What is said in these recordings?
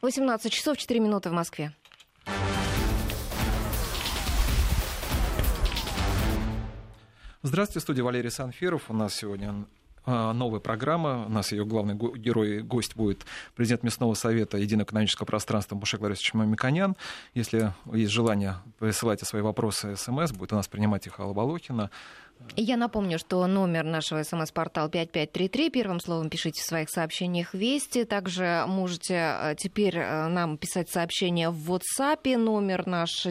18 часов 4 минуты в Москве. Здравствуйте, в студии Валерий Санфиров. У нас сегодня новая программа. У нас ее главный герой, гость будет президент Местного совета Единого экономического пространства Мушек Ларисович Мамиканян. Если есть желание, присылайте свои вопросы СМС, будет у нас принимать их Алла Болохина. Я напомню, что номер нашего СМС-портала 5533. Первым словом пишите в своих сообщениях «Вести». Также можете теперь нам писать сообщения в WhatsApp. Номер наш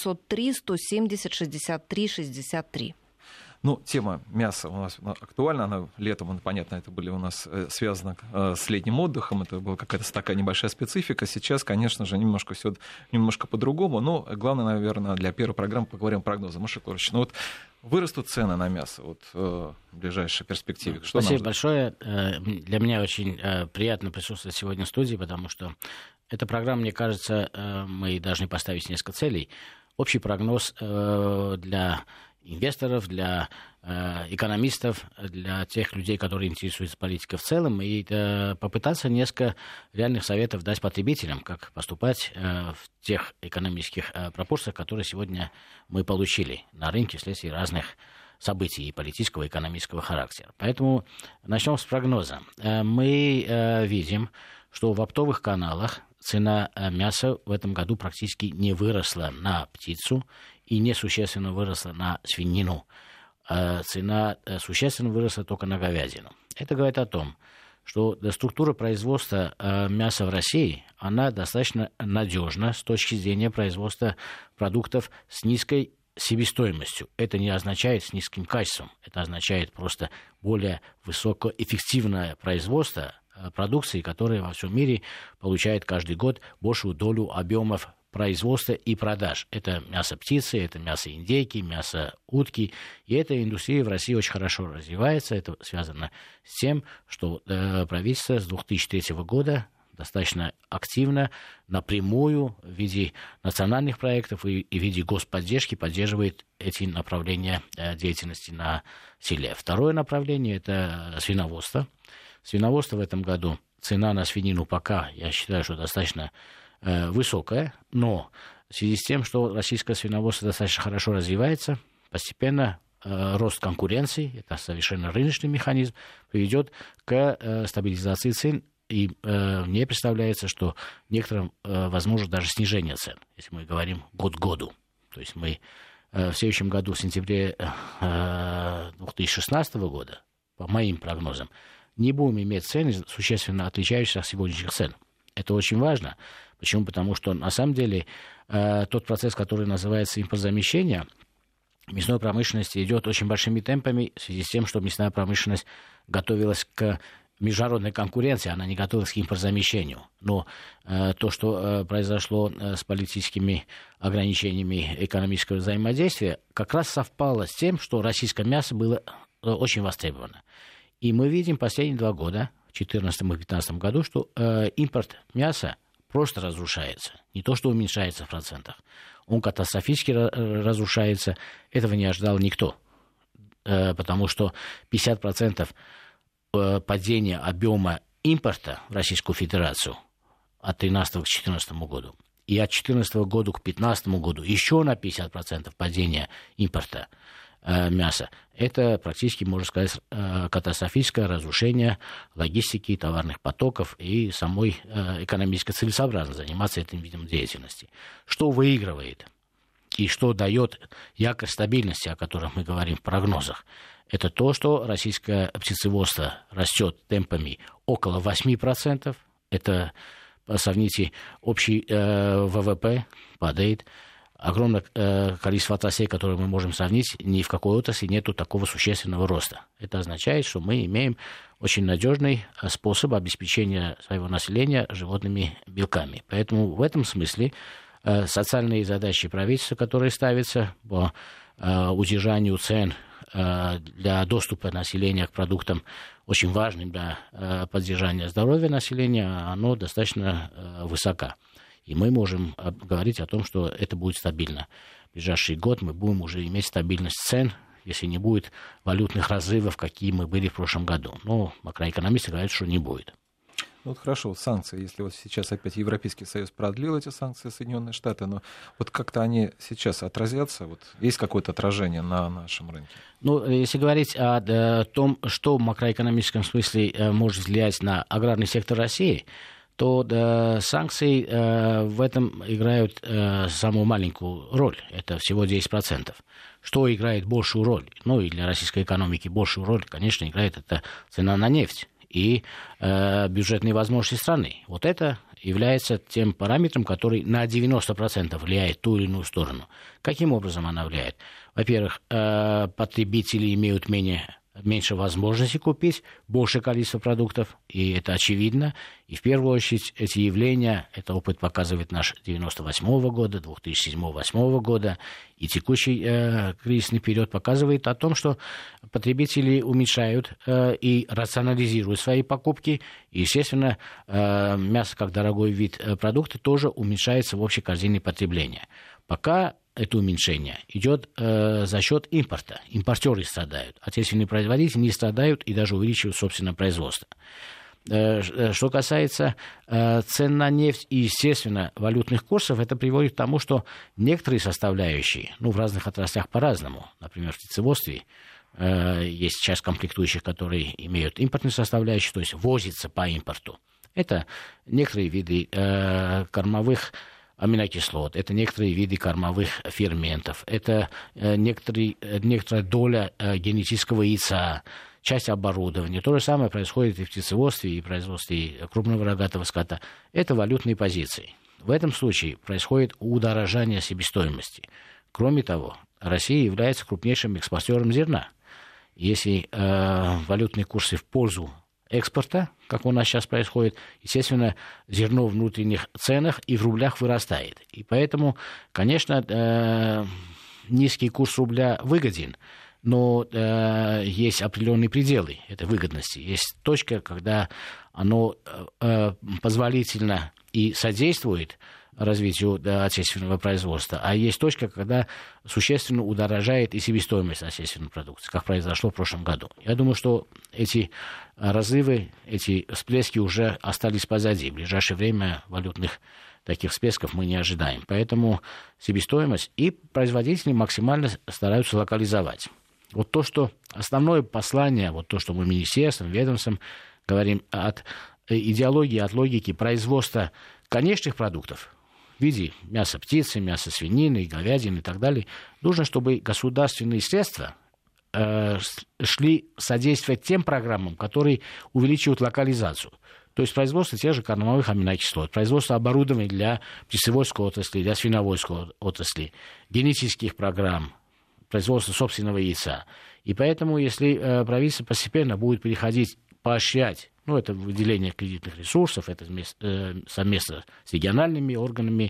903-170-63-63. Ну, тема мяса у нас актуальна, она летом, понятно, это были у нас связано с летним отдыхом, это была какая-то такая небольшая специфика. Сейчас, конечно же, немножко по-другому, но главное, наверное, для первой программы поговорим о прогнозах. Мушек Ларисович, ну вот вырастут цены на мясо в ближайшей перспективе. Что Спасибо большое. Для меня очень приятно присутствовать сегодня в студии, потому что эта программа, мне кажется, мы должны поставить несколько целей. Общий прогноз для инвесторов, для экономистов, для тех людей, которые интересуются политикой в целом, и попытаться несколько реальных советов дать потребителям, как поступать в тех экономических пропорциях, которые сегодня мы получили на рынке вследствие разных событий политического и экономического характера. Поэтому начнем с прогноза. Мы видим, что в оптовых каналах цена мяса в этом году практически не выросла на птицу и несущественно выросла на свинину. Цена существенно выросла только на говядину. Это говорит о том, что структура производства мяса в России, она достаточно надежна с точки зрения производства продуктов с низкой себестоимостью. Это не означает с низким качеством, это означает просто более высокоэффективное производство продукции, которая во всем мире получает каждый год большую долю объемов производства и продаж. Это мясо птицы, это мясо индейки, мясо утки. И эта индустрия в России очень хорошо развивается. Это связано с тем, что правительство с 2003 года достаточно активно, напрямую, в виде национальных проектов и в виде господдержки поддерживает эти направления деятельности на селе. Второе направление – это свиноводство. Свиноводство в этом году, цена на свинину пока, я считаю, что достаточно высокая, но в связи с тем, что российское свиноводство достаточно хорошо развивается, постепенно рост конкуренции, это совершенно рыночный механизм, приведет к стабилизации цен, и мне представляется, что некоторым возможно даже снижение цен, если мы говорим год к году. То есть мы в следующем году, в сентябре 2016 года, по моим прогнозам, не будем иметь цены, существенно отличающиеся от сегодняшних цен. Это очень важно. Почему? Потому что, на самом деле, тот процесс, который называется импортзамещение, мясной промышленности идет очень большими темпами в связи с тем, что мясная промышленность готовилась к международной конкуренции, она не готовилась к импортзамещению. Но то, что произошло с политическими ограничениями экономического взаимодействия, как раз совпало с тем, что российское мясо было очень востребовано. И мы видим последние 2 года, в 2014 и 2015 году, что импорт мяса просто разрушается. Не то, что уменьшается в процентах. Он катастрофически разрушается. Этого не ожидал никто. Потому что 50% падения объема импорта в Российскую Федерацию от 2013 к 2014 году и от 2014 года к 2015 году еще на 50% падения импорта мяса. Это практически, можно сказать, катастрофическое разрушение логистики, товарных потоков и самой экономической целесообразности заниматься этим видом деятельности. Что выигрывает и что дает якорь стабильности, о котором мы говорим в прогнозах, это то, что российское птицеводство растет темпами около 8%. Это, сравните, общий ВВП падает. Огромное количество отраслей, которые мы можем сравнить, ни в какой отрасли нету такого существенного роста. Это означает, что мы имеем очень надежный способ обеспечения своего населения животными белками. Поэтому в этом смысле социальные задачи правительства, которые ставятся по удержанию цен для доступа населения к продуктам, очень важным для поддержания здоровья населения, оно достаточно высоко. И мы можем говорить о том, что это будет стабильно. В ближайший год мы будем уже иметь стабильность цен, если не будет валютных разрывов, какие мы были в прошлом году. Но макроэкономисты говорят, что не будет. Ну вот хорошо, санкции, если вот сейчас опять Европейский Союз продлил эти санкции, Соединенные Штаты, но вот как-то они сейчас отразятся, вот есть какое-то отражение на нашем рынке? Ну, если говорить о том, что в макроэкономическом смысле может влиять на аграрный сектор России, то санкции в этом играют самую маленькую роль, это всего 10%. Что играет большую роль? Ну, и для российской экономики большую роль, конечно, играет это цена на нефть и бюджетные возможности страны. Вот это является тем параметром, который на 90% влияет в ту или иную сторону. Каким образом она влияет? Во-первых, потребители имеют меньше возможностей купить большее количество продуктов, и это очевидно. И в первую очередь эти явления, это опыт показывает наш 1998 года, 2007-2008 года, и текущий кризисный период показывает о том, что потребители уменьшают и рационализируют свои покупки, и, естественно, мясо как дорогой вид продукта тоже уменьшается в общей корзине потребления. Пока это уменьшение идет за счет импорта. Импортеры страдают. Отечественные производители не страдают и даже увеличивают собственное производство. Что касается цен на нефть и, естественно, валютных курсов, это приводит к тому, что некоторые составляющие, в разных отраслях по-разному, например, в птицеводстве, есть часть комплектующих, которые имеют импортную составляющую, то есть возятся по импорту. Это некоторые виды кормовых аминокислот, это некоторые виды кормовых ферментов, это некоторая доля генетического яйца, часть оборудования. То же самое происходит и в птицеводстве, и в производстве крупного рогатого скота. Это валютные позиции. В этом случае происходит удорожание себестоимости. Кроме того, Россия является крупнейшим экспортером зерна. Если валютные курсы в пользу экспорта, как у нас сейчас происходит, естественно, зерно в внутренних ценах и в рублях вырастает. И поэтому, конечно, низкий курс рубля выгоден, но есть определенные пределы этой выгодности. Есть точка, когда оно позволительно и содействует развитию отечественного производства, а есть точка, когда существенно удорожает и себестоимость отечественной продукции, как произошло в прошлом году. Я думаю, что эти разрывы, эти всплески уже остались позади. В ближайшее время валютных таких всплесков мы не ожидаем. Поэтому себестоимость и производители максимально стараются локализовать. Вот то, что основное послание, вот то, что мы министерством, ведомством говорим от идеологии, от логики производства конечных продуктов, в виде мяса птицы, мяса свинины, говядины и так далее, нужно, чтобы государственные средства шли содействовать тем программам, которые увеличивают локализацию. То есть производство тех же кормовых аминокислот, производство оборудования для птицеводской отрасли, для свиноводской отрасли, генетических программ, производство собственного яйца. И поэтому, если правительство постепенно будет переходить, поощрять, это выделение кредитных ресурсов, это совместно с региональными органами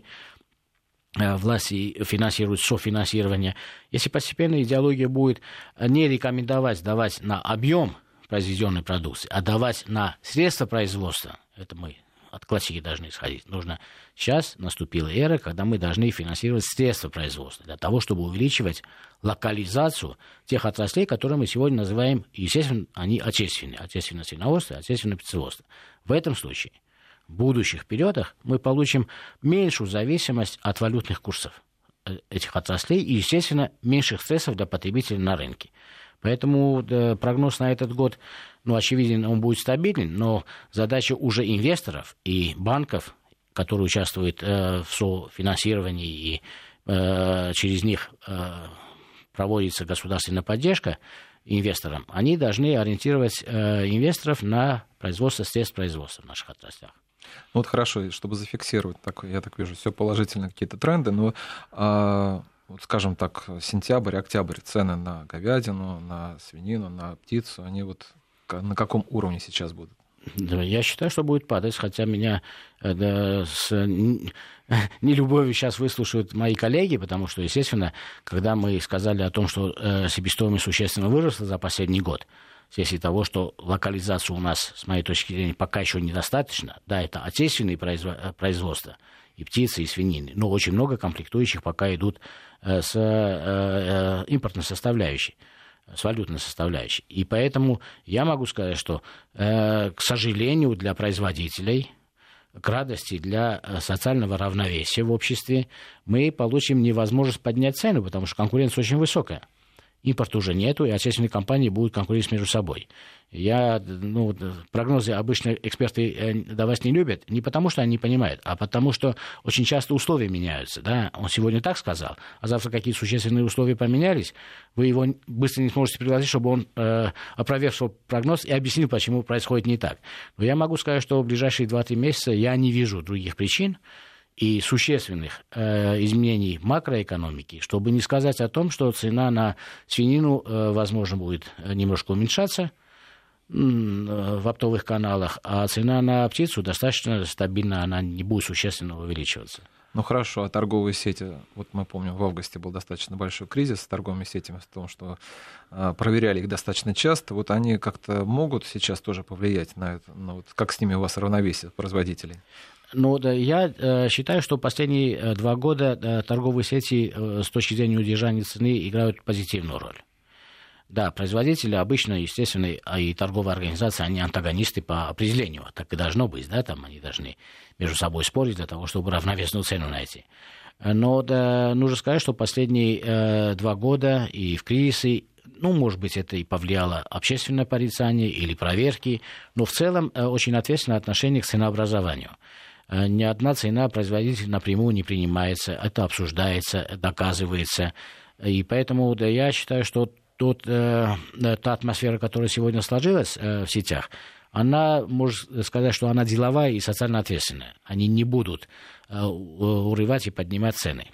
власти финансируют софинансирование. Если постепенно идеология будет не рекомендовать давать на объем произведенной продукции, а давать на средства производства, это мы от классики должны исходить. Сейчас наступила эра, когда мы должны финансировать средства производства для того, чтобы увеличивать локализацию тех отраслей, которые мы сегодня называем, естественно, они отечественные. Отечественное свиноводство, отечественное птицеводство. В этом случае в будущих периодах мы получим меньшую зависимость от валютных курсов этих отраслей и, естественно, меньших стрессов для потребителей на рынке. Поэтому прогноз на этот год, очевидно, он будет стабилен, но задача уже инвесторов и банков, которые участвуют в софинансировании и через них проводится государственная поддержка инвесторам, они должны ориентировать инвесторов на производство средств производства в наших отраслях. Вот хорошо, чтобы зафиксировать, я так вижу, все положительные какие-то тренды, но, скажем так, сентябрь, октябрь, цены на говядину, на свинину, на птицу, они на каком уровне сейчас будут? Я считаю, что будет падать, хотя меня с нелюбовью сейчас выслушают мои коллеги, потому что, естественно, когда мы сказали о том, что себестоимость существенно выросла за последний год, вследствие того, что локализация у нас, с моей точки зрения, пока еще недостаточно, да, это отечественные производства, и птицы, и свинины, но очень много комплектующих пока идут с импортной составляющей. с валютной составляющей. И поэтому я могу сказать, что, к сожалению, для производителей, к радости для социального равновесия в обществе, мы получим невозможность поднять цену, потому что конкуренция очень высокая. Импорта уже нету, и отечественные компании будут конкурировать между собой. Прогнозы обычно эксперты давать не любят, не потому что они не понимают, а потому что очень часто условия меняются. Да? Он сегодня так сказал, а завтра какие-то существенные условия поменялись, вы его быстро не сможете пригласить, чтобы он опроверг свой прогноз и объяснил, почему происходит не так. Но я могу сказать, что в ближайшие 2-3 месяца я не вижу других причин и существенных изменений макроэкономики, чтобы не сказать о том, что цена на свинину, возможно, будет немножко уменьшаться в оптовых каналах, а цена на птицу достаточно стабильна, она не будет существенно увеличиваться. Ну хорошо, а торговые сети, вот мы помним, в августе был достаточно большой кризис с торговыми сетями, в том, что проверяли их достаточно часто, вот они как-то могут сейчас тоже повлиять на это, вот как с ними у вас равновесие производителей? Я считаю, что последние 2 года торговые сети с точки зрения удержания цены играют позитивную роль. Да, производители обычно, естественно, и торговые организации, они антагонисты по определению. Так и должно быть, да, там они должны между собой спорить для того, чтобы равновесную цену найти. Но нужно сказать, что последние 2 года и в кризисе, может быть, это и повлияло общественное порицание или проверки, но в целом очень ответственное отношение к ценообразованию. Ни одна цена производителя напрямую не принимается, это обсуждается, доказывается. И поэтому я считаю, что та атмосфера, которая сегодня сложилась в сетях, она, можно сказать, что она деловая и социально ответственная. Они не будут урывать и поднимать цены.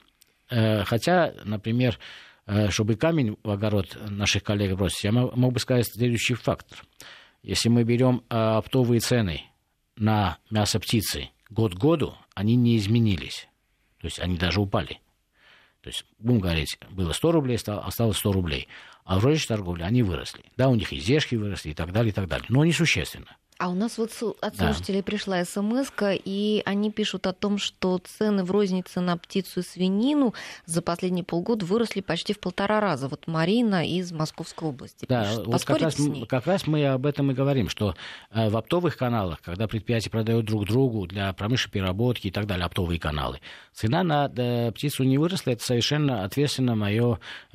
Хотя, например, чтобы камень в огород наших коллег бросить, я мог бы сказать следующий фактор. Если мы берем оптовые цены на мясо птицы год к году, они не изменились. То есть они даже упали. То есть, будем говорить, было 100 рублей, осталось 100 рублей. А в розничной торговле они выросли. Да, у них издержки выросли и так далее, но несущественно. А у нас вот от слушателей пришла смс-ка, и они пишут о том, что цены в рознице на птицу и свинину за последние полгода выросли почти в 1,5 раза. Вот Марина из Московской области пишет. Вот как раз мы об этом и говорим, что в оптовых каналах, когда предприятия продают друг другу для промышленной переработки и так далее, оптовые каналы, цена на птицу не выросла. Это совершенно ответственно мое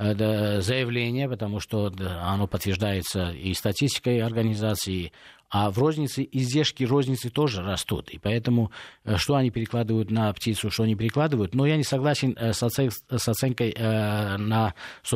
заявление, потому что оно подтверждается и статистикой организации. А в рознице издержки розницы тоже растут. И поэтому, что они перекладывают на птицу, что они перекладывают. Но я не согласен с оценкой на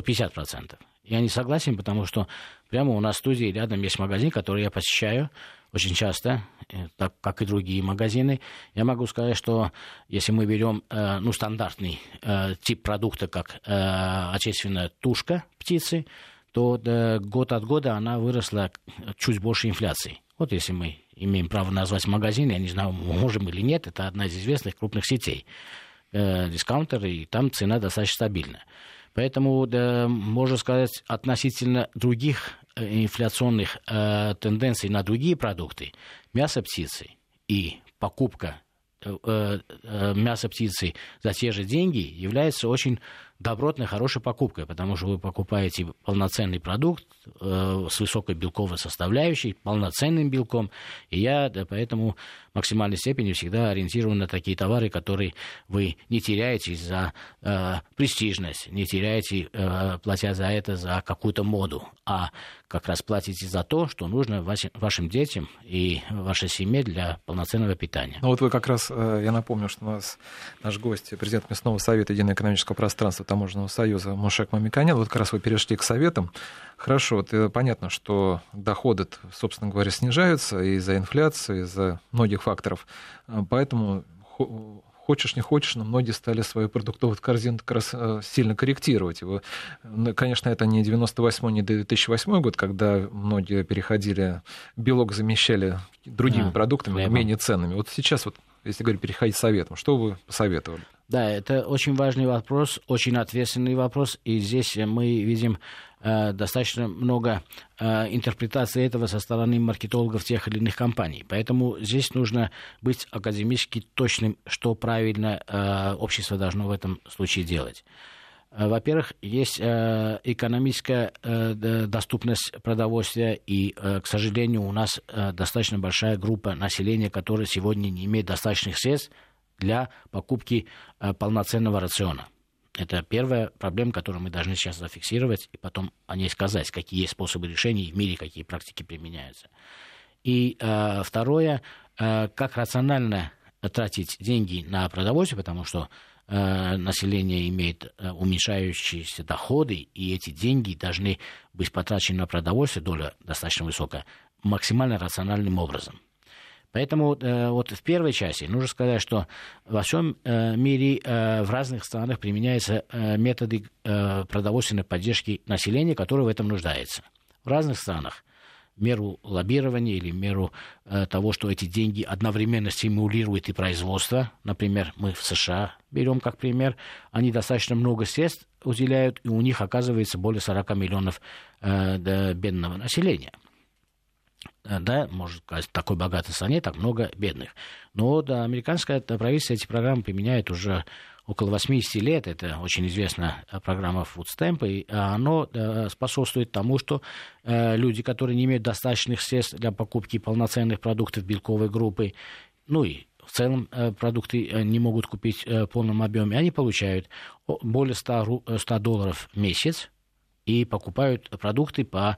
150%. Я не согласен, потому что прямо у нас в студии рядом есть магазин, который я посещаю очень часто, так как и другие магазины. Я могу сказать, что если мы берем стандартный тип продукта, как отечественная тушка птицы, то год от года она выросла чуть больше инфляции. Вот если мы имеем право назвать магазин, я не знаю, можем или нет, это одна из известных крупных сетей, дискаунтер, и там цена достаточно стабильная. Поэтому, можно сказать, относительно других инфляционных тенденций на другие продукты, мясо птицы и покупка мяса птицы за те же деньги является очень добротной, хорошей покупкой, потому что вы покупаете полноценный продукт с высокой белковой составляющей, полноценным белком, и я поэтому в максимальной степени всегда ориентирован на такие товары, которые вы не теряете за престижность, не теряете, платя за это, за какую-то моду, а как раз платите за то, что нужно вашим детям и вашей семье для полноценного питания. Ну вот вы как раз, я напомню, что у нас наш гость, президент Местного совета Единого экономического пространства Таможенного союза Мушек Мамиканян. Вот как раз вы перешли к советам. Хорошо, вот понятно, что доходы, собственно говоря, снижаются из-за инфляции, из-за многих факторов. Поэтому хочешь не хочешь, но многие стали свою продуктовую корзину как раз сильно корректировать. Конечно, это не 98-й, не 2008 год, когда многие переходили, белок замещали другими продуктами, менее ценными. Вот сейчас, вот, если говорить, переходить советом, что вы посоветовали? Да, это очень важный вопрос, очень ответственный вопрос, и здесь мы видим достаточно много интерпретаций этого со стороны маркетологов тех или иных компаний. Поэтому здесь нужно быть академически точным, что правильно общество должно в этом случае делать. Во-первых, есть экономическая доступность продовольствия, и, к сожалению, у нас достаточно большая группа населения, которая сегодня не имеет достаточных средств для покупки полноценного рациона. Это первая проблема, которую мы должны сейчас зафиксировать и потом о ней сказать, какие есть способы решения в мире, какие практики применяются. И второе, как рационально тратить деньги на продовольствие, потому что население имеет уменьшающиеся доходы, и эти деньги должны быть потрачены на продовольствие, доля достаточно высокая, максимально рациональным образом. Поэтому вот в первой части нужно сказать, что во всем мире в разных странах применяются методы продовольственной поддержки населения, которое в этом нуждается. В разных странах в меру лоббирования или в меру того, что эти деньги одновременно стимулируют и производство. Например, мы в США берем как пример, они достаточно много средств уделяют, и у них оказывается более 40 миллионов бедного населения. Да, может сказать, в такой богатой стране так много бедных. Но да, американское правительство эти программы применяет уже около 80 лет. Это очень известная программа Food Stamp, и оно способствует тому, что люди, которые не имеют достаточных средств для покупки полноценных продуктов белковой группы, ну и в целом продукты не могут купить в полном объеме, они получают более $100 в месяц и покупают продукты по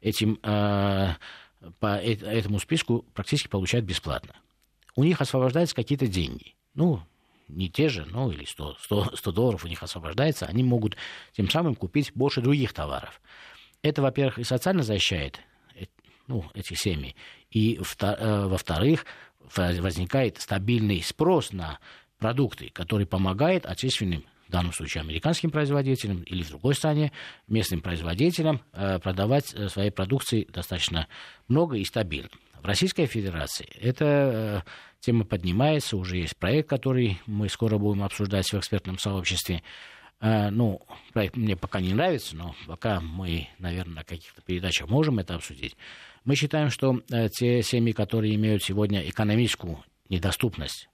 этому списку, практически получают бесплатно. У них освобождаются какие-то деньги. Ну, не те же, ну, или $100 у них освобождается. Они могут тем самым купить больше других товаров. Это, во-первых, и социально защищает эти семьи. И, во-вторых, возникает стабильный спрос на продукты, который помогает отечественным, в данном случае американским производителям или в другой стране местным производителям продавать свои продукции достаточно много и стабильно. В Российской Федерации эта тема поднимается, уже есть проект, который мы скоро будем обсуждать в экспертном сообществе. Проект мне пока не нравится, но пока мы, наверное, на каких-то передачах можем это обсудить. Мы считаем, что те семьи, которые имеют сегодня экономическую недоступность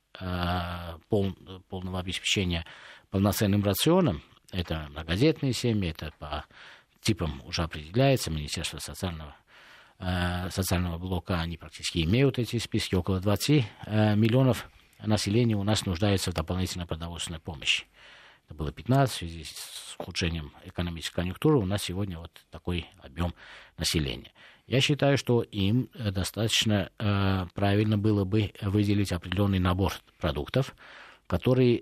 полного обеспечения полноценным рационом, это многодетные семьи, это по типам уже определяется, Министерство социального блока, они практически имеют эти списки, около 20 миллионов населения у нас нуждается в дополнительной продовольственной помощи. Это было 15, в связи с ухудшением экономической конъюнктуры у нас сегодня вот такой объем населения. Я считаю, что им достаточно правильно было бы выделить определенный набор продуктов, которые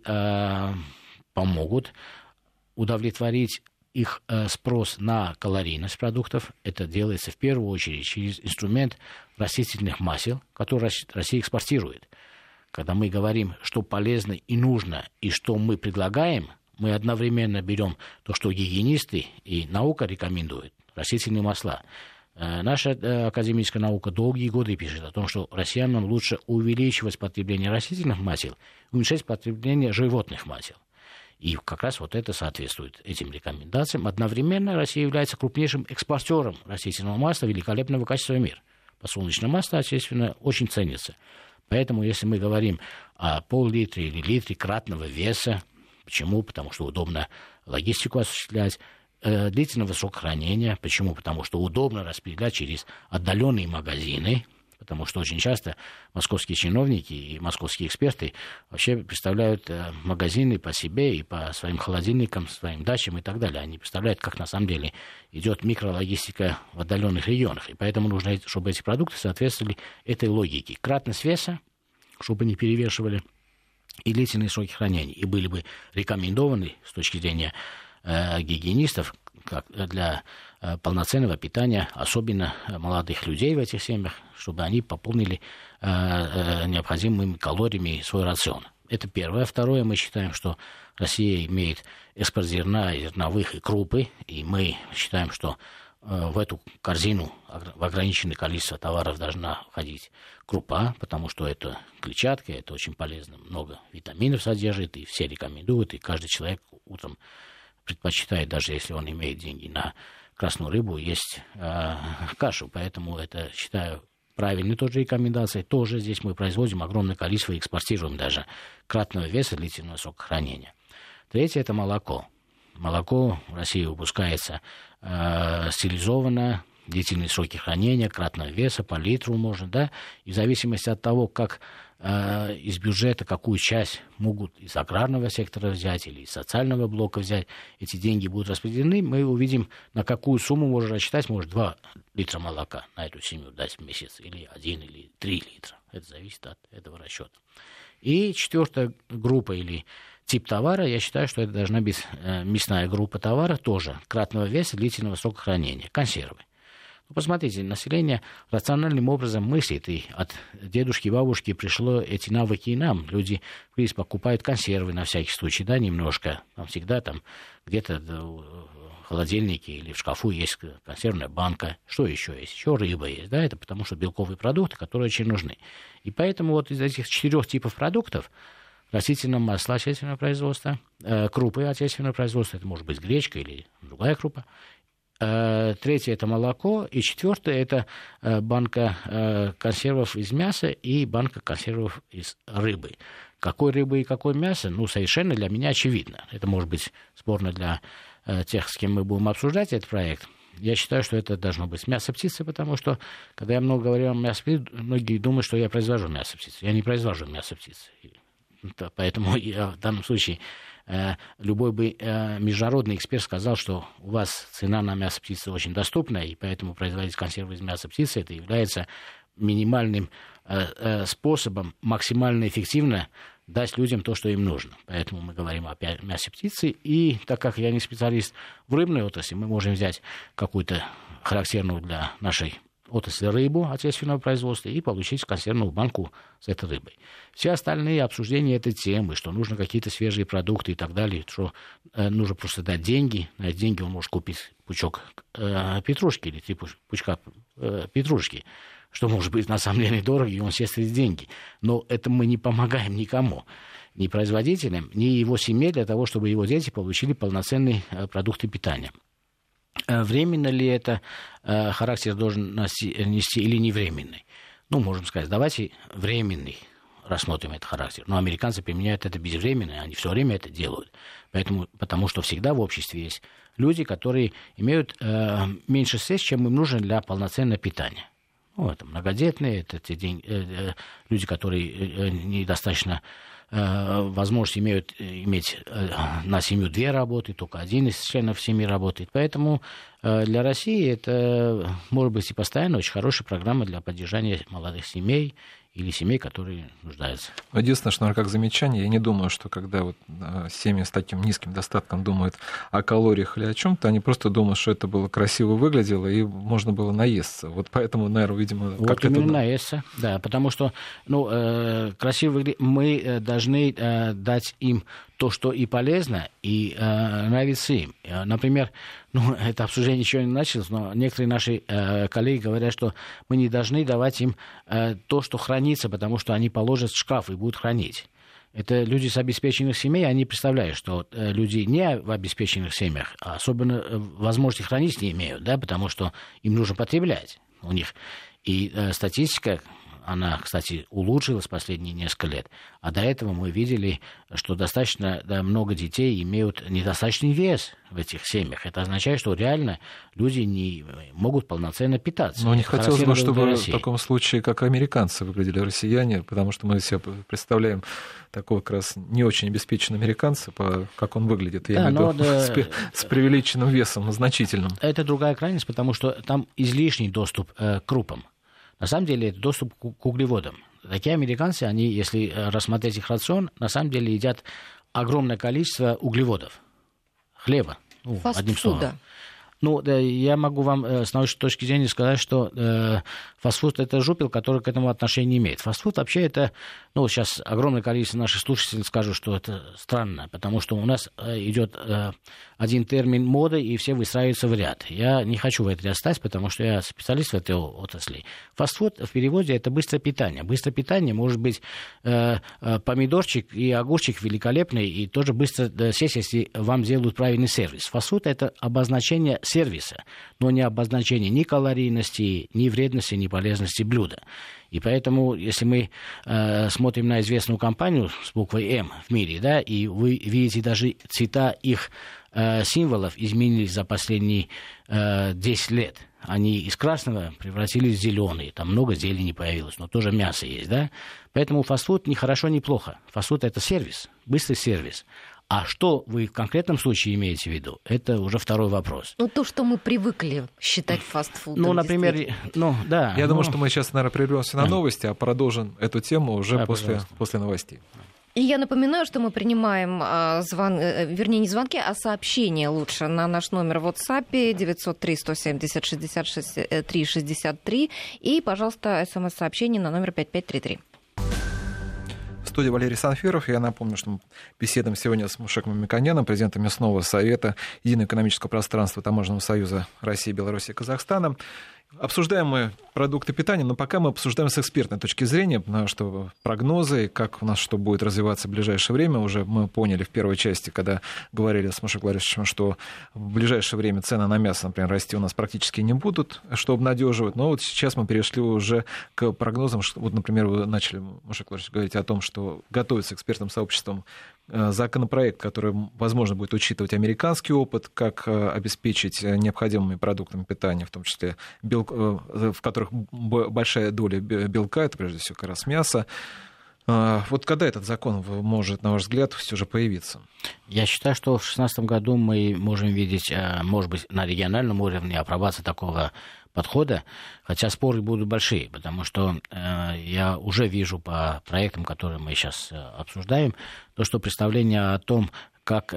помогут удовлетворить их спрос на калорийность продуктов. Это делается в первую очередь через инструмент растительных масел, который Россия экспортирует. Когда мы говорим, что полезно и нужно, и что мы предлагаем, мы одновременно берем то, что гигиенисты и наука рекомендуют, растительные масла. Наша академическая наука долгие годы пишет о том, что россиянам лучше увеличивать потребление растительных масел, уменьшать потребление животных масел. И как раз вот это соответствует этим рекомендациям. Одновременно Россия является крупнейшим экспортером растительного масла великолепного качества в мир. Подсолнечное масло, естественно, очень ценится. Поэтому, если мы говорим о пол-литре или литре кратного веса, почему? Потому что удобно логистику осуществлять, длительного срока хранения. Почему? Потому что удобно распределять через отдаленные магазины, потому что очень часто московские чиновники и московские эксперты вообще представляют магазины по себе и по своим холодильникам, своим дачам и так далее. Они представляют, как на самом деле идет микрологистика в отдаленных регионах. И поэтому нужно, чтобы эти продукты соответствовали этой логике. Кратность веса, чтобы не перевешивали, и длительные сроки хранения. И были бы рекомендованы с точки зрения гигиенистов как для полноценного питания, особенно молодых людей в этих семьях, чтобы они пополнили необходимыми калориями свой рацион. Это первое. Второе, мы считаем, что Россия имеет экспорт зерна, зерновых и крупы, и мы считаем, что в эту корзину в ограниченное количество товаров должна входить крупа, потому что это клетчатка, это очень полезно, много витаминов содержит, и все рекомендуют, и каждый человек утром предпочитает, даже если он имеет деньги на красную рыбу, есть кашу. Поэтому это, считаю, правильной тоже рекомендацией. Тоже здесь мы производим огромное количество и экспортируем даже кратного веса, длительного срока хранения. Третье – это молоко. молоко в России выпускается стерилизованно, длительные сроки хранения, кратного веса, по литру можно, да, и в зависимости от того, как из бюджета какую часть могут из аграрного сектора взять или из социального блока взять, эти деньги будут распределены, мы увидим, на какую сумму можно рассчитать, может 2 литра молока на эту семью дать в месяц, или 1, или 3 литра. Это зависит от этого расчета. И 4-я группа или тип товара, я считаю, что это должна быть мясная группа товара, тоже кратного веса, длительного срока хранения, консервы. Посмотрите, население рациональным образом мыслит, и от дедушки и бабушки пришло эти навыки и нам. Люди, в принципе, покупают консервы на всякий случай, да, немножко. Там всегда там где-то в холодильнике или в шкафу есть консервная банка. Что еще есть? Еще рыба есть, да, это потому что белковые продукты, которые очень нужны. И поэтому вот из этих 4 типов продуктов растительное масло отечественного производства, крупы отечественного производства, это может быть гречка или другая крупа, 3-е это молоко, и 4-е это банка консервов из мяса и банка консервов из рыбы. Какой рыбы и какое мясо, совершенно для меня очевидно. Это может быть спорно для тех, с кем мы будем обсуждать этот проект. Я считаю, что это должно быть мясо птицы, потому что, когда я много говорю о мясе птицы, многие думают, что я произвожу мясо птицы. Я не произвожу мясо птицы. Поэтому я в данном случае... Любой бы международный эксперт сказал, что у вас цена на мясо птицы очень доступна, и поэтому производить консервы из мяса птицы это является минимальным способом максимально эффективно дать людям то, что им нужно. Поэтому мы говорим о мясе птицы, и так как я не специалист в рыбной отрасли, мы можем взять какую-то характерную для нашей отрасли рыбу отечественного производства и получить консервную банку с этой рыбой. Все остальные обсуждения этой темы, что нужно какие-то свежие продукты и так далее, что нужно просто дать деньги, на эти деньги он может купить пучок петрушки или типа пучка петрушки, что может быть на самом деле дорого, и он съест эти деньги. Но это мы не помогаем никому, ни производителям, ни его семье для того, чтобы его дети получили полноценные продукты питания. Временно ли это характер должен нести или не временный? Можем сказать, давайте временный рассмотрим этот характер. Но американцы применяют это безвременно, они все время это делают. Потому что всегда в обществе есть люди, которые имеют меньше средств, чем им нужно для полноценного питания. Это многодетные, это те люди, которые недостаточно возможность имеют иметь на семью 2 работы, только один из членов семьи работает. Поэтому для России это может быть и постоянно очень хорошая программа для поддержания молодых семей или семей, которые нуждаются. Единственное, что, наверное, как замечание, я не думаю, что когда вот семьи с таким низким достатком думают о калориях или о чем-то, они просто думают, что это было красиво выглядело и можно было наесться. Вот поэтому, наверное, видимо... Вот именно наесться, да, потому что красиво мы должны дать им то, что и полезно, и нравится им. Например, это обсуждение еще не началось, но некоторые наши коллеги говорят, что мы не должны давать им то, что хранится, потому что они положат в шкаф и будут хранить. Это люди с обеспеченных семей, они представляют, что люди не в обеспеченных семьях особенно возможности хранить не имеют, да, потому что им нужно потреблять у них. И статистика, она, кстати, улучшилась последние несколько лет. А до этого мы видели, что достаточно много детей имеют недостаточный вес в этих семьях. Это означает, что реально люди не могут полноценно питаться. Но не хотелось бы, чтобы в таком случае, как американцы выглядели россияне, потому что мы себе представляем такого как раз не очень обеспеченного американца, как он выглядит, я имею в виду, с преувеличенным весом, значительным. Это другая крайность, потому что там излишний доступ к крупам. На самом деле это доступ к углеводам. Такие американцы, они, если рассмотреть их рацион, на самом деле едят огромное количество углеводов. Хлеба, одним словом. Я могу вам с научной точки зрения сказать, что фастфуд – это жупел, который к этому отношения не имеет. Фастфуд вообще это, сейчас огромное количество наших слушателей скажут, что это странно, потому что у нас идет один термин моды, и все выстраиваются в ряд. Я не хочу в этот ряд стать, потому что я специалист в этой отрасли. Фастфуд в переводе – это быстрое питание. Быстрое питание может быть помидорчик и огурчик великолепный, и тоже быстро сесть, если вам делают правильный сервис. Фастфуд – это обозначение сервиса, но не обозначение ни калорийности, ни вредности, ни полезности блюда. И поэтому, если мы смотрим на известную компанию с буквой «М» в мире, да, и вы видите даже цвета их символов изменились за последние 10 лет. Они из красного превратились в зеленый. Там много зелени появилось, но тоже мясо есть, да? Поэтому фастфуд ни хорошо, ни плохо. Фастфуд — это сервис, быстрый сервис. А что вы в конкретном случае имеете в виду, это уже второй вопрос. Ну, то, что мы привыкли считать фастфудом. Ну, например, да. Я думаю, что мы сейчас, наверное, прервемся на новости, а продолжим эту тему уже после новостей. И я напоминаю, что мы принимаем не звонки, а сообщения лучше на наш номер в WhatsApp 903-170-66-363 и, пожалуйста, смс-сообщение на номер 5533. В студии Валерий Санфиров. Я напомню, что мы беседуем сегодня с Мушеком Мамиканяном, президентом Мясного совета Единого экономического пространства Таможенного союза России, Беларуси и Казахстана. Обсуждаем мы продукты питания, но пока мы обсуждаем с экспертной точки зрения, потому что прогнозы, как у нас что будет развиваться в ближайшее время, уже мы поняли в первой части, когда говорили с Мушеком Валерьевичем, что в ближайшее время цены на мясо, например, расти у нас практически не будут, что обнадеживает. Но вот сейчас мы перешли уже к прогнозам. Вот, например, вы начали, Мушек Валерьевич, говорить о том, что готовится экспертным сообществом законопроект, который, возможно, будет учитывать американский опыт, как обеспечить необходимыми продуктами питания, в том числе в которых большая доля белка, это прежде всего как раз мясо. Вот когда этот закон может, на ваш взгляд, все же появиться? Я считаю, что в 2016 году мы можем видеть, может быть, на региональном уровне апробацию такого подхода, хотя споры будут большие, потому что я уже вижу по проектам, которые мы сейчас обсуждаем, то, что представление о том, как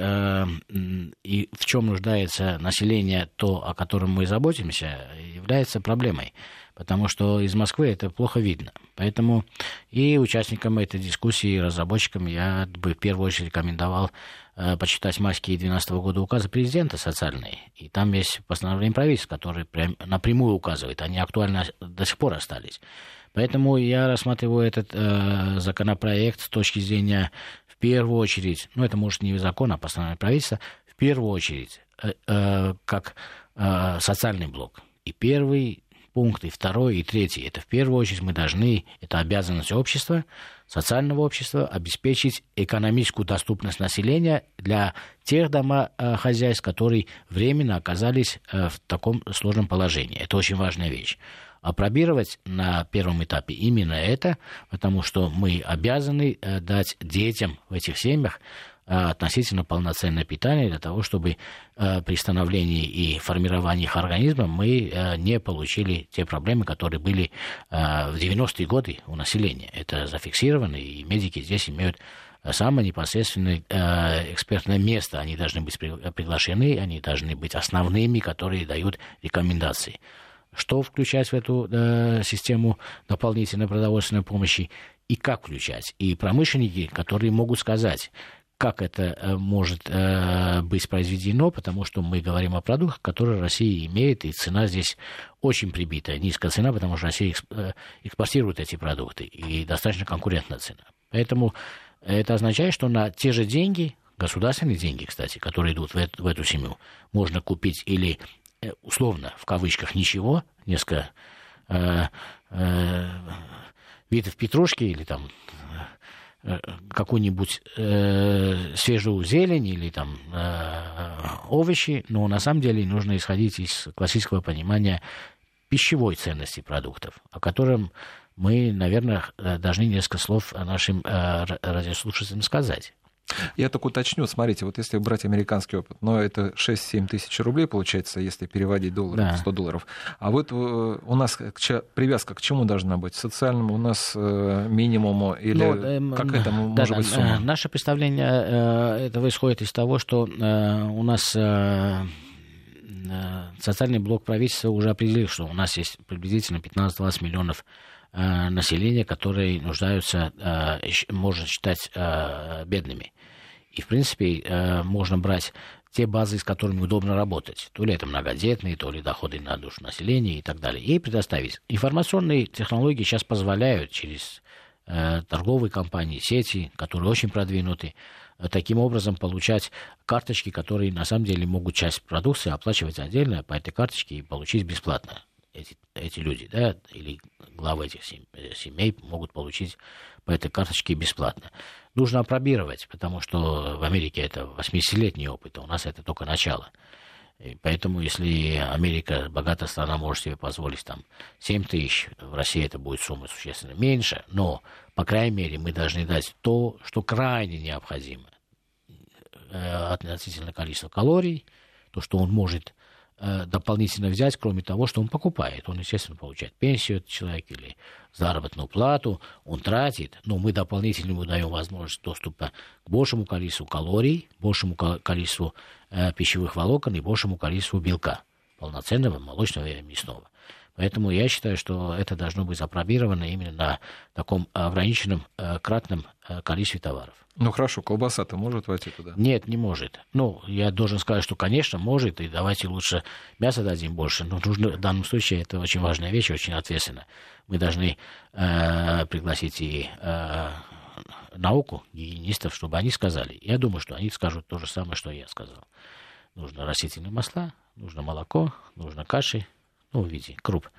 и в чем нуждается население, то, о котором мы заботимся, является проблемой, потому что из Москвы это плохо видно. Поэтому и участникам этой дискуссии, и разработчикам я бы в первую очередь рекомендовал почитать майские 2012 года указы президента социальные. И там есть постановление правительства, которые напрямую указывают, они актуальны до сих пор остались. Поэтому я рассматриваю этот законопроект с точки зрения, в первую очередь, это может не закон, а постановление правительства, в первую очередь, как социальный блок. И первый пункт, и второй, и третий. Это в первую очередь мы должны, это обязанность общества, социального общества, обеспечить экономическую доступность населения для тех домохозяйств, которые временно оказались в таком сложном положении. Это очень важная вещь. Апробировать на первом этапе именно это, потому что мы обязаны дать детям в этих семьях относительно полноценное питание для того, чтобы при становлении и формировании их организма мы не получили те проблемы, которые были в 90-е годы у населения. Это зафиксировано, и медики здесь имеют самое непосредственное экспертное место. Они должны быть приглашены, они должны быть основными, которые дают рекомендации. Что включать в эту систему дополнительной продовольственной помощи и как включать. И промышленники, которые могут сказать, как это может быть произведено, потому что мы говорим о продуктах, которые Россия имеет, и цена здесь очень прибитая. Низкая цена, потому что Россия экспортирует эти продукты, и достаточно конкурентная цена. Поэтому это означает, что на те же деньги, государственные деньги, кстати, которые идут в эту семью, можно купить или условно, в кавычках, ничего, несколько видов петрушки или там какую-нибудь свежую зелень или там овощи, но на самом деле нужно исходить из классического понимания пищевой ценности продуктов, о котором мы, наверное, должны несколько слов нашим радиослушателям сказать. Я только уточню, смотрите, вот если брать американский опыт, это 6-7 тысяч рублей получается, если переводить доллары, 100 долларов. А вот у нас привязка к чему должна быть? Социальному у нас минимуму или как это может быть сумма? Наше представление этого исходит из того, что у нас социальный блок правительства уже определил, что у нас есть приблизительно 15-20 миллионов населения, которые нуждаются, можно считать, бедными. И, в принципе, можно брать те базы, с которыми удобно работать. То ли это многодетные, то ли доходы на душу населения и так далее. И предоставить. Информационные технологии сейчас позволяют через торговые компании, сети, которые очень продвинуты, таким образом получать карточки, которые на самом деле могут часть продукции оплачивать отдельно по этой карточке и получить бесплатно. Эти люди, да, или главы этих семей могут получить по этой карточке бесплатно. нужно опробировать, потому что в Америке это 80-летний опыт, а у нас это только начало. И поэтому, если Америка, богатая страна, может себе позволить там 7 тысяч, в России это будет сумма существенно меньше, но, по крайней мере, мы должны дать то, что крайне необходимо относительно количества калорий, то, что он может дополнительно взять, кроме того, что он покупает. Он, естественно, получает пенсию, этот человек, или заработную плату, он тратит, но мы дополнительно ему даем возможность доступа к большему количеству калорий, большему количеству пищевых волокон и большему количеству белка, полноценного, молочного и мясного. Поэтому я считаю, что это должно быть опробировано именно на таком ограниченном кратном количестве товаров. Ну хорошо, колбаса-то может войти туда? Нет, не может. Ну, я должен сказать, что, конечно, может, и давайте лучше мясо дадим больше, но нужно, в данном случае это очень важная вещь, очень ответственно. Мы должны пригласить и науку, гигиенистов, чтобы они сказали. Я думаю, что они скажут то же самое, что я сказал. Нужно растительные масла, нужно молоко, нужно каши, в виде круп,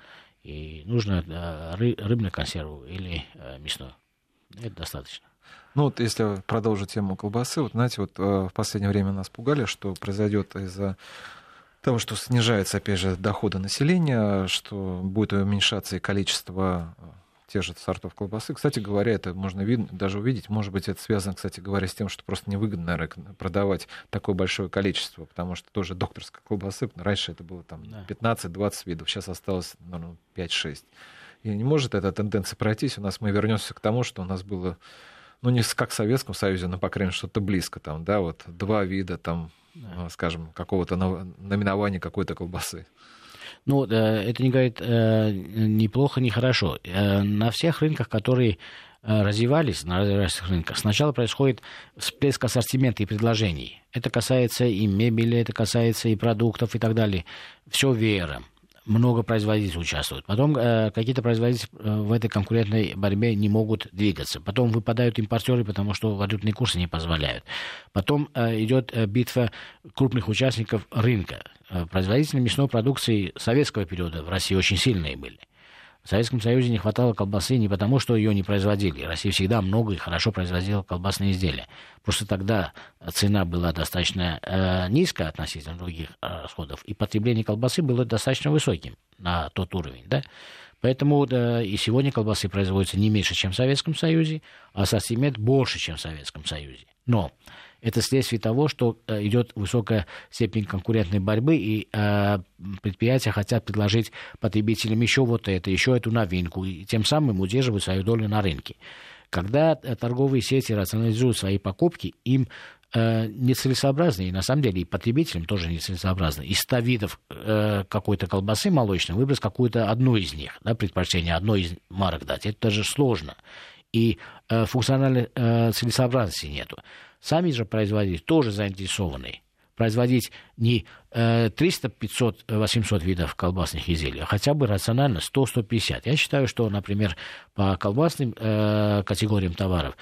и нужно рыбную консерву или мясную. Это достаточно. Ну вот если продолжить тему колбасы, вот знаете, вот в последнее время нас пугали, что произойдет из-за того, что снижается, опять же, доходы населения, что будет уменьшаться и количество тех же сортов колбасы. Кстати говоря, это можно даже увидеть, может быть, это связано, кстати говоря, с тем, что просто невыгодно, наверное, продавать такое большое количество, потому что тоже докторской колбасы, раньше это было там 15-20 видов, сейчас осталось, наверное, 5-6. И не может эта тенденция пройтись, у нас мы вернемся к тому, что у нас было, не как в Советском Союзе, но, по крайней мере, что-то близко, там, да, вот 2 вида, там, скажем, какого-то наименования какой-то колбасы. Ну, это не говорит ни плохо, ни хорошо. На всех рынках, которые развивались, на развивающихся рынках, сначала происходит всплеск ассортимента и предложений. Это касается и мебели, это касается и продуктов и так далее. Все веером. Много производителей участвуют. Потом какие-то производители в этой конкурентной борьбе не могут двигаться. Потом выпадают импортеры, потому что валютные курсы не позволяют. Потом идет битва крупных участников рынка. Производители мясной продукции советского периода в России очень сильные были. В Советском Союзе не хватало колбасы не потому, что ее не производили. Россия всегда много и хорошо производила колбасные изделия. Просто тогда цена была достаточно низкая относительно других расходов, и потребление колбасы было достаточно высоким на тот уровень. Да? Поэтому и сегодня колбасы производятся не меньше, чем в Советском Союзе, а ассортимент больше, чем в Советском Союзе. Но это следствие того, что идет высокая степень конкурентной борьбы, и предприятия хотят предложить потребителям еще вот это, еще эту новинку, и тем самым удерживают свою долю на рынке. Когда торговые сети рационализируют свои покупки, им нецелесообразно, и на самом деле и потребителям тоже нецелесообразно из 100 видов какой-то колбасы молочной выбрать какую-то одну из них, да, предпочтение одной из марок дать. Это даже сложно. И функциональной целесообразности нету. Сами же производители тоже заинтересованы производить не 300, 500, 800 видов колбасных изделий, а хотя бы рационально 100-150. Я считаю, что, например, по колбасным категориям товаров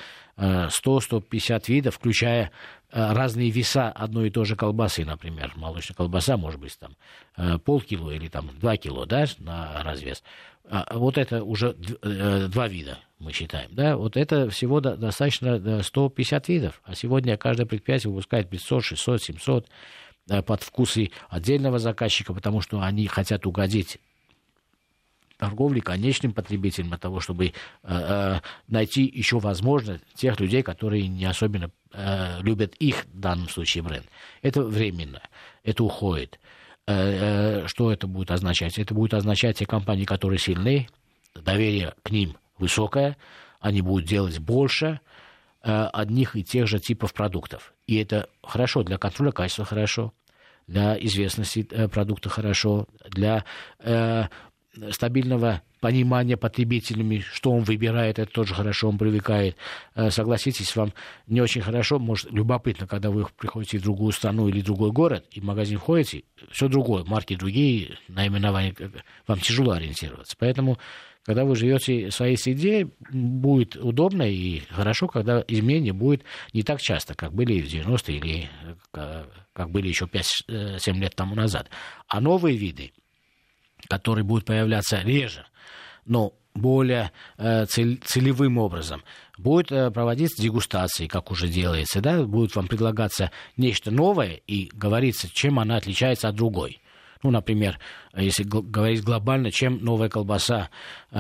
100-150 видов, включая разные веса одной и той же колбасы, например, молочная колбаса, может быть, там полкило или там 2 кило, да, на развес. Вот это уже 2 вида, мы считаем, да, вот это всего достаточно 150 видов, а сегодня каждое предприятие выпускает 500, 600, 700 под вкусы отдельного заказчика, потому что они хотят угодить торговли конечным потребителям для того, чтобы найти еще, возможно, тех людей, которые не особенно любят их, в данном случае, бренд. Это временно, это уходит. Что это будет означать? Это будет означать те компании, которые сильны, доверие к ним высокое, они будут делать больше одних и тех же типов продуктов. И это хорошо, для контроля качества хорошо, для известности продукта хорошо, для стабильного понимания потребителями, что он выбирает, это тоже хорошо, он привыкает. Согласитесь, вам не очень хорошо, может, любопытно, когда вы приходите в другую страну или другой город, и в магазин ходите, все другое, марки другие, наименования, вам тяжело ориентироваться. Поэтому, когда вы живете в своей среде, будет удобно и хорошо, когда изменения будут не так часто, как были в 90-е или как были еще 5-7 лет тому назад. А новые виды, которые будут появляться реже, но более целевым образом. Будет проводиться дегустации, как уже делается, да? Будет вам предлагаться нечто новое и говорится, чем она отличается от другой. Ну, например, если говорить глобально, чем новая колбаса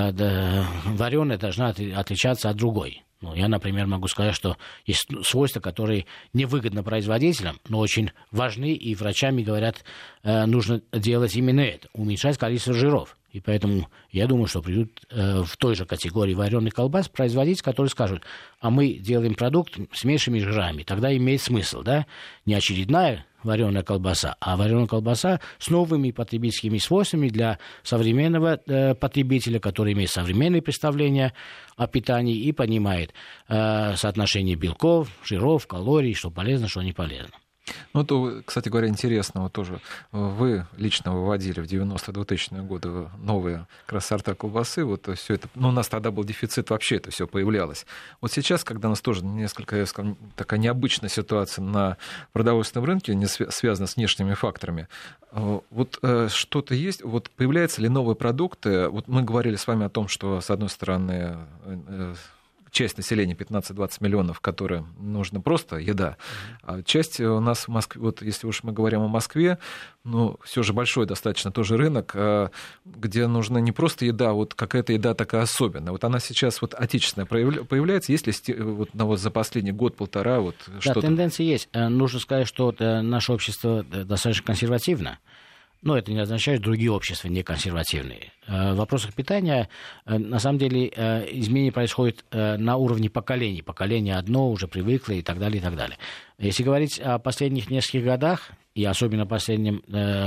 вареная должна отличаться от другой. Ну, я, например, могу сказать, что есть свойства, которые невыгодны производителям, но очень важны, и врачами говорят, нужно делать именно это, уменьшать количество жиров. И поэтому я думаю, что придут в той же категории вареных колбас производители, которые скажут, а мы делаем продукт с меньшими жирами. Тогда имеет смысл, да? Не очередная вареная колбаса, а вареная колбаса с новыми потребительскими свойствами для современного потребителя, который имеет современные представления о питании и понимает соотношение белков, жиров, калорий, что полезно, что не полезно. Ну, то, кстати говоря, интересно, вот тоже вы лично выводили в 90-2000-е годы новые как раз сорта колбасы, вот все это, ну, у нас тогда был дефицит, вообще это все появлялось. Вот сейчас, когда у нас тоже несколько, я скажу, такая необычная ситуация на продовольственном рынке, не связана с внешними факторами, вот что-то есть, вот появляются ли новые продукты, вот мы говорили с вами о том, что, с одной стороны, часть населения, 15-20 миллионов, которым нужна просто еда. А часть у нас в Москве, вот если уж мы говорим о Москве, ну, все же большой достаточно тоже рынок, где нужна не просто еда, а вот какая-то еда такая особенная. Вот она сейчас вот отечественная появляется, есть ли вот, за последний год-полтора вот что-то? Да, тенденция есть. Нужно сказать, что наше общество достаточно консервативно. Но это не означает, что другие общества не консервативные. В вопросах питания, на самом деле, изменения происходят на уровне поколений. Поколение одно уже привыкло и так далее, и так далее. Если говорить о последних нескольких годах, и особенно в последнем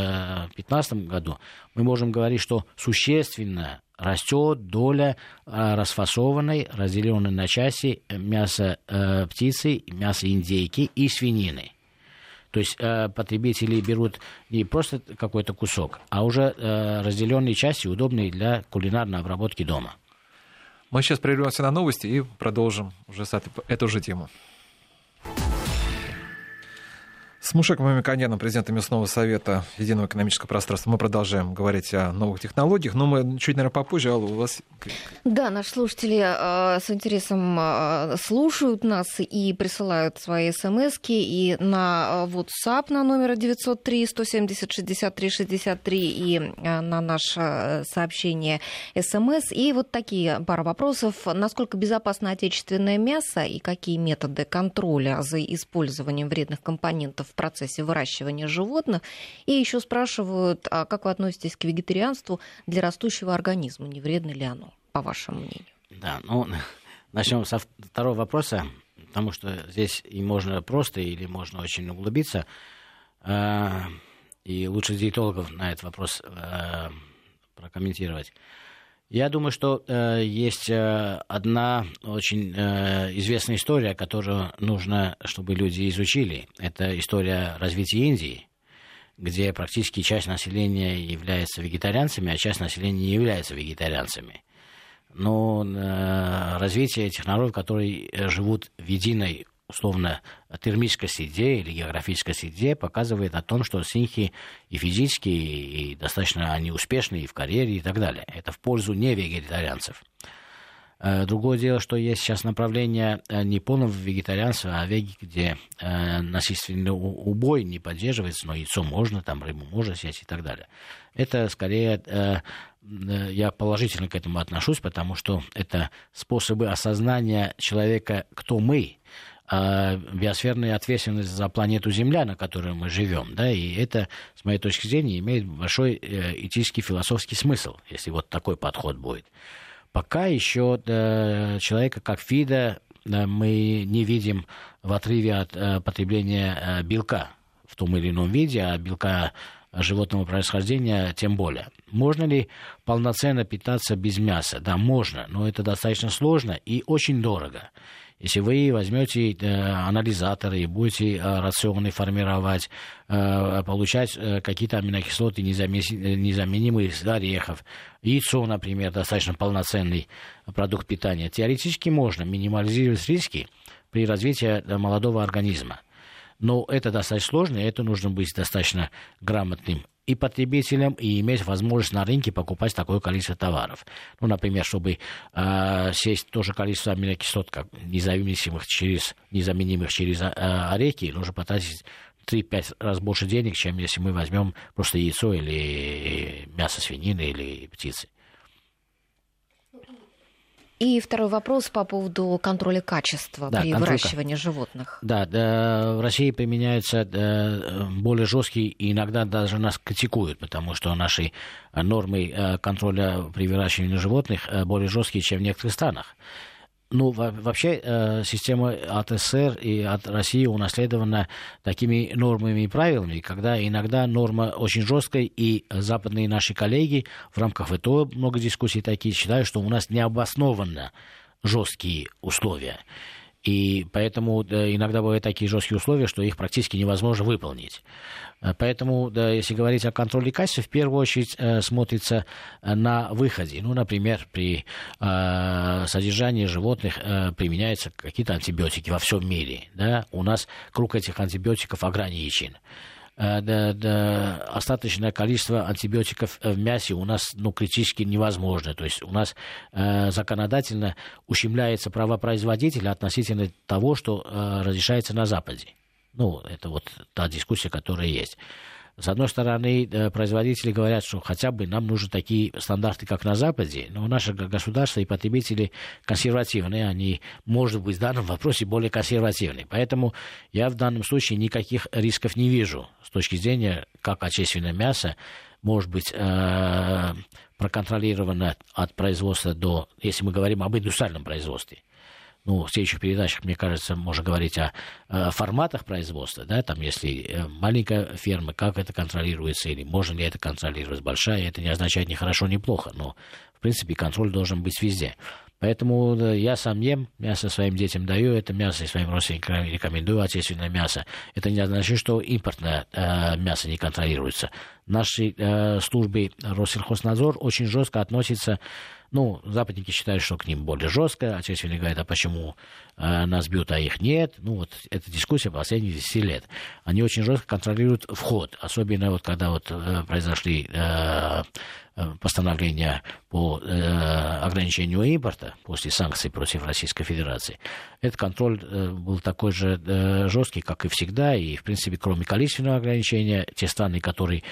2015 году, мы можем говорить, что существенно растет доля расфасованной, разделенной на части мяса птицы, мяса индейки и свинины. То есть потребители берут не просто какой-то кусок, а уже разделенные части, удобные для кулинарной обработки дома. Мы сейчас прервемся на новости и продолжим уже эту же тему. С Мушеком Мамиконяном, президентом Местного совета Единого экономического пространства, мы продолжаем говорить о новых технологиях, но мы чуть, наверное, попозже. Алла, у вас... Да, наши слушатели с интересом слушают нас и присылают свои смски и на WhatsApp на номер 903-170-63-63 и на наше сообщение СМС. И вот такие пара вопросов. Насколько безопасно отечественное мясо и какие методы контроля за использованием вредных компонентов в процессе выращивания животных? И еще спрашивают, а как вы относитесь к вегетарианству для растущего организма? Не вредно ли оно, по вашему мнению? Да, ну, начнем со второго вопроса, потому что здесь и можно просто, или можно очень углубиться. И лучше диетологов на этот вопрос прокомментировать. Я думаю, что есть одна очень известная история, которую нужно, чтобы люди изучили. Это история развития Индии, где практически часть населения является вегетарианцами, а часть населения не является вегетарианцами. Но развитие технологий, которые живут в единой, условно, термической среде или географической среде, показывает о том, что синхи и физически, и достаточно они успешны и в карьере, и так далее. Это в пользу не вегетарианцев. Другое дело, что есть сейчас направление не полного вегетарианства, а веги, где насильственный убой не поддерживается, но яйцо можно, там рыбу можно съесть и так далее. Это скорее, я положительно к этому отношусь, потому что это способы осознания человека, кто мы, биосферная ответственность за планету Земля, на которой мы живем, да, и это, с моей точки зрения, имеет большой этический, философский смысл, если вот такой подход будет. Пока еще человека как вида мы не видим в отрыве от потребления белка в том или ином виде, а белка животного происхождения тем более. Можно ли полноценно питаться без мяса? Да, можно, но это достаточно сложно и очень дорого. Если вы возьмете анализаторы и будете рационы формировать, получать какие-то аминокислоты, незаменимые из орехов, яйцо, например, достаточно полноценный продукт питания, теоретически можно минимализировать риски при развитии молодого организма. Но это достаточно сложно, и это нужно быть достаточно грамотным и потребителям, и иметь возможность на рынке покупать такое количество товаров. Ну, например, чтобы сесть то же количество аминокислот, как незаменимых через ореки, нужно потратить 3-5 раз больше денег, чем если мы возьмем просто яйцо или мясо свинины или птицы. И второй вопрос по поводу контроля качества при выращивании животных. Да, в России применяются более жесткие, и иногда даже нас критикуют, потому что наши нормы контроля при выращивании животных более жесткие, чем в некоторых странах. Ну, вообще, система от СССР и от России унаследована такими нормами и правилами, когда иногда норма очень жесткая, и западные наши коллеги в рамках ВТО, много дискуссий такие, считают, что у нас необоснованно жесткие условия. И поэтому иногда бывают такие жесткие условия, что их практически невозможно выполнить. Поэтому, если говорить о контроле качества, в первую очередь смотрится на выходе. Ну, например, при содержании животных применяются какие-то антибиотики во всем мире. Да? У нас круг этих антибиотиков ограничен. Остаточное количество антибиотиков в мясе у нас критически невозможно. То есть у нас законодательно ущемляются права производителя относительно того, что разрешается на Западе. Ну, это вот та дискуссия, которая есть. С одной стороны, производители говорят, что хотя бы нам нужны такие стандарты, как на Западе, но наше государство и потребители консервативные, они, может быть, в данном вопросе более консервативны. Поэтому я в данном случае никаких рисков не вижу с точки зрения, как отечественное мясо может быть проконтролировано от производства до, если мы говорим об индустриальном производстве. Ну, в следующих передачах, мне кажется, можно говорить о форматах производства, да, там, если маленькая ферма, как это контролируется, или можно ли это контролировать, большая, это не означает ни хорошо, ни плохо, но, в принципе, контроль должен быть везде. Поэтому я сам ем мясо, своим детям даю это мясо, и своим родственникам рекомендую отечественное мясо. Это не означает, что импортное мясо не контролируется. Наши службы Россельхознадзор очень жестко относятся. Ну, западники считают, что к ним более жестко, отечественники говорят, а почему нас бьют, а их нет. Ну, вот эта дискуссия последних 10 лет. Они очень жестко контролируют вход, особенно вот когда вот произошли постановления по ограничению импорта после санкций против Российской Федерации. Этот контроль был такой же жесткий, как и всегда, и, в принципе, кроме количественного ограничения, те страны, которые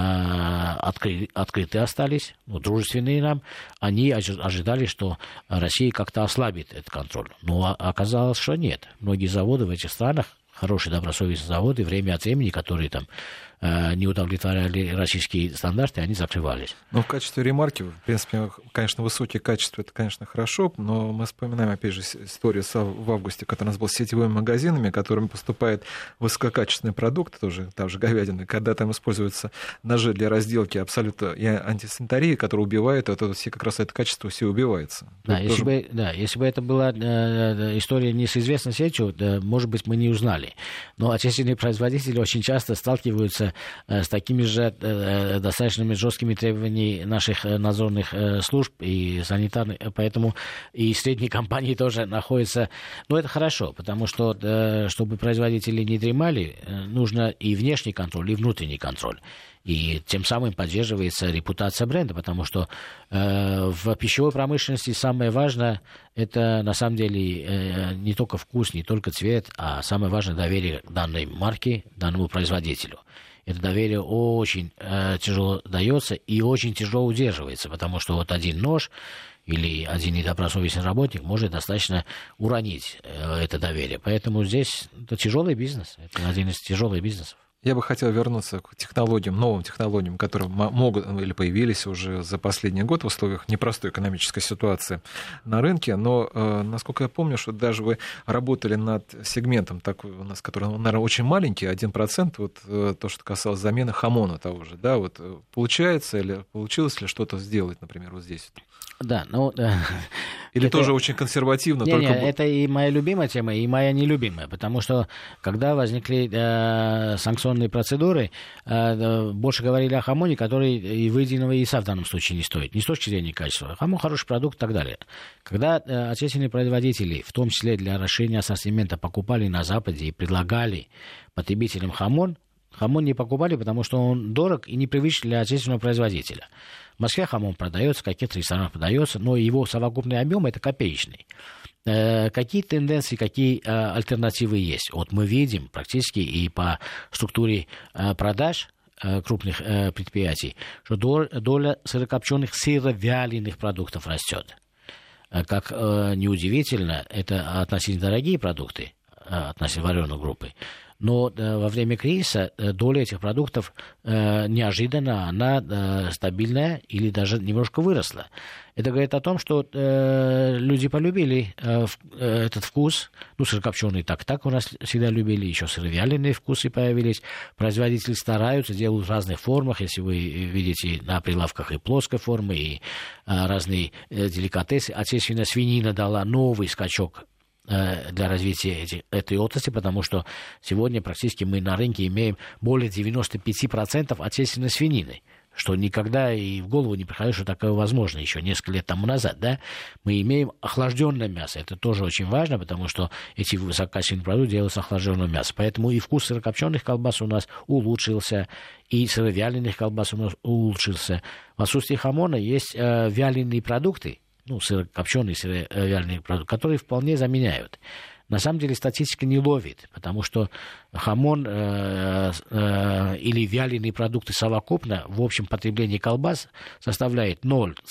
открыты остались, дружественные нам, они ожидали, что Россия как-то ослабит этот контроль. Но оказалось, что нет. Многие заводы в этих странах, хорошие добросовестные заводы, время от времени, которые там не удовлетворяли российские стандарты, они закрывались. Ну, в качестве ремарки, в принципе, конечно, высокие качества, это, конечно, хорошо, но мы вспоминаем, опять же, историю в августе, которая у нас была с сетевыми магазинами, которым поступает высококачественный продукт, тоже та же говядина, когда там используются ножи для разделки абсолютно и антисанитарии, которые убивают, а то все как раз это качество все убивается. Да, если бы это была история не с известной сетью, может быть, мы не узнали. Но отечественные производители очень часто сталкиваются с такими же достаточно жесткими требованиями наших надзорных служб и санитарных, поэтому и средние компании тоже находятся. Но это хорошо, потому что, чтобы производители не дремали, нужно и внешний контроль, и внутренний контроль. И тем самым поддерживается репутация бренда, потому что в пищевой промышленности самое важное — это на самом деле не только вкус, не только цвет, а самое важное — доверие к данной марке, данному производителю. Это доверие очень тяжело дается и очень тяжело удерживается, потому что вот один нож или один недобросовестный работник может достаточно уронить это доверие. Поэтому здесь это тяжелый бизнес, это один из тяжелых бизнесов. Я бы хотел вернуться к технологиям, новым технологиям, которые могут или появились уже за последний год в условиях непростой экономической ситуации на рынке. Но, насколько я помню, что даже вы работали над сегментом такой у нас, который, наверное, очень маленький, 1%, вот то, что касалось замены хамона того же. Да, вот получается или получилось ли что-то сделать, например, вот здесь? Да, ну... Или это тоже очень консервативно? Это и моя любимая тема, и моя нелюбимая, потому что когда возникли санкционные процедуры, больше говорили о хамоне, который и выеденного яйца в данном случае не стоит, не с точки зрения качества. Хамон хороший продукт и так далее. Когда отечественные производители, в том числе для расширения ассортимента, покупали на Западе и предлагали потребителям хамон не покупали, потому что он дорог и непривычен для отечественного производителя. В Москве хамон продается, в каких-то ресторанах продается, но его совокупный объем это копеечный. Какие тенденции, какие альтернативы есть? Вот мы видим практически и по структуре продаж крупных предприятий, что доля сырокопченых, сыровяленых продуктов растет. Как неудивительно, это относительно дорогие продукты, относительно вареной группы. Но во время кризиса доля этих продуктов неожиданно, она стабильная или даже немножко выросла. Это говорит о том, что люди полюбили этот вкус. Ну, сырокопченые так у нас всегда любили, еще сыровяленые вкусы появились. Производители стараются, делают в разных формах. Если вы видите на прилавках и плоской формы, и разные деликатесы. Отечественная свинина дала новый скачок для развития этой отрасли, потому что сегодня практически мы на рынке имеем более 95% отечественной свинины, что никогда и в голову не приходило, что такое возможно еще несколько лет тому назад. Да? Мы имеем охлажденное мясо. Это тоже очень важно, потому что эти высококачественные продукты делаются охлажденного мяса. Поэтому и вкус сырокопченых колбас у нас улучшился, и сыровяленых колбас у нас улучшился. В отсутствии хамона есть вяленые продукты, сырокопченые, сыровяленые продукты, которые вполне заменяют. На самом деле статистика не ловит, потому что хамон или вяленые продукты совокупно в общем потреблении колбас составляет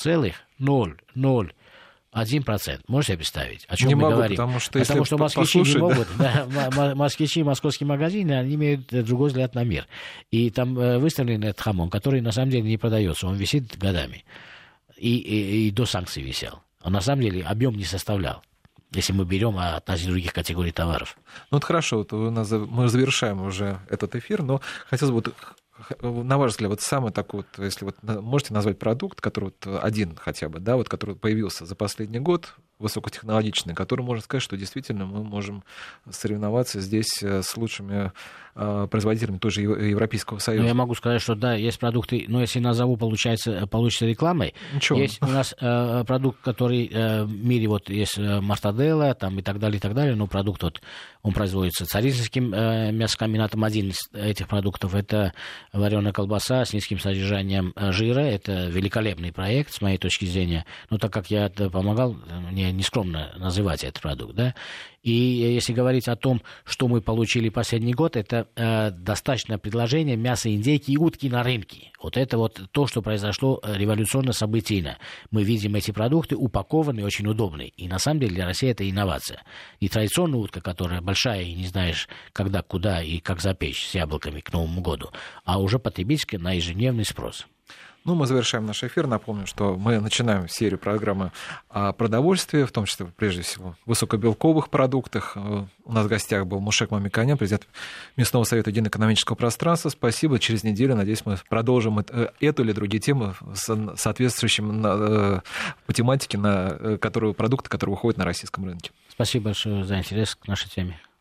0,001%. Можете себе представить, о чем не мы могу, говорим? Потому что москвичи не могут. Да, москвичи, московские магазины, они имеют другой взгляд на мир. И там выставлен этот хамон, который на самом деле не продается, он висит годами. И до санкций висел. А на самом деле объем не составлял, если мы берем относительно других категорий товаров. Ну, это хорошо, мы завершаем уже этот эфир, но хотелось бы, на ваш взгляд, самый такой, если можете назвать продукт, который один хотя бы, да, который появился за последний год, высокотехнологичный, который можно сказать, что действительно мы можем соревноваться здесь с лучшими производителями тоже Европейского Союза. Я могу сказать, что да, есть продукты, но если назову, получится рекламой. Ничего. Есть у нас продукт, который в мире есть мортаделла там, и так далее, но продукт он производится Царицынским мясокомбинатом. Один из этих продуктов это вареная колбаса с низким содержанием жира. Это великолепный проект, с моей точки зрения. Но так как я помогал, мне нескромно называть этот продукт, да. И если говорить о том, что мы получили последний год, это достаточное предложение мяса индейки и утки на рынке. Вот это то, что произошло революционно событийно. Мы видим эти продукты упакованные, очень удобные. И на самом деле для России это инновация. Не традиционная утка, которая большая и не знаешь, когда, куда и как запечь с яблоками к Новому году, а уже потребительская на ежедневный спрос. Мы завершаем наш эфир. Напомню, что мы начинаем серию программы о продовольствии, в том числе, прежде всего, высокобелковых продуктах. У нас в гостях был Мушек Мамиканян, президент Местного совета Единого экономического пространства. Спасибо. Через неделю, надеюсь, мы продолжим эту или другие темы с соответствующим по тематике, продукты, которые выходят на российском рынке. Спасибо большое за интерес к нашей теме.